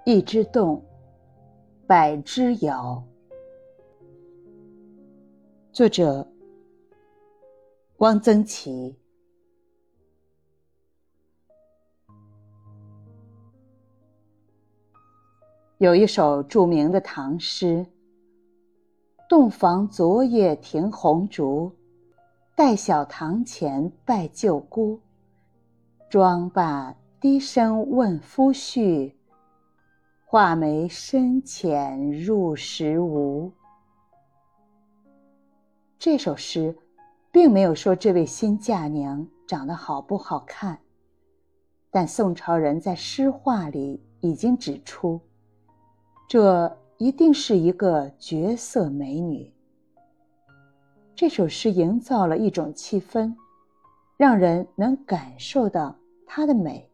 一枝动，百枝摇。作者汪曾祺。有一首著名的唐诗：洞房昨夜停红烛，待晓堂前拜旧姑。妆罢低声问夫婿，画眉深浅入时无。这首诗并没有说这位新嫁娘长得好不好看，但宋朝人在诗画里已经指出，这一定是一个绝色美女。这首诗营造了一种气氛，让人能感受到它的美。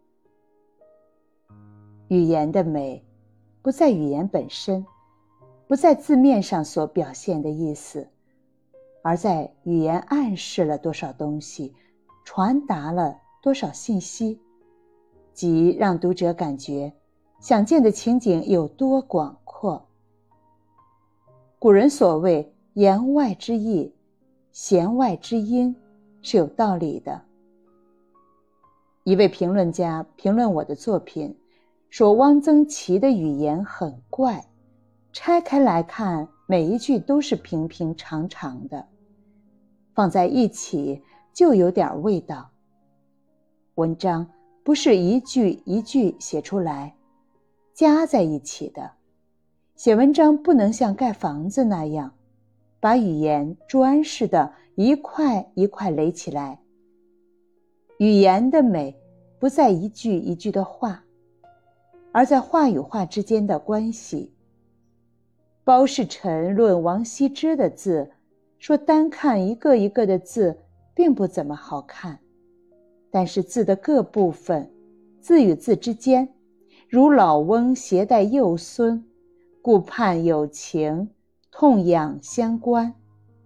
语言的美不在语言本身，不在字面上所表现的意思，而在语言暗示了多少东西，传达了多少信息，即让读者感觉想见的情景有多广阔。古人所谓言外之意，弦外之音，是有道理的。一位评论家评论我的作品，说汪曾祺的语言很怪，拆开来看，每一句都是平平常常的，放在一起就有点味道。文章不是一句一句写出来，加在一起的。写文章不能像盖房子那样，把语言砖似的一块一块垒起来。语言的美不在一句一句的话，而在话与话之间的关系。包世臣论王羲之的字，说单看一个一个的字并不怎么好看，但是字的各部分，字与字之间，如老翁携带幼孙，顾盼有情，痛痒相关。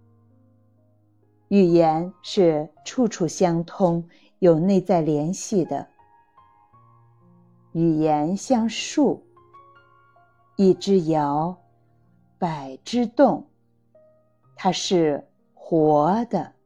语言是处处相通，有内在联系的。语言像树，一枝摇，百枝动，它是活的。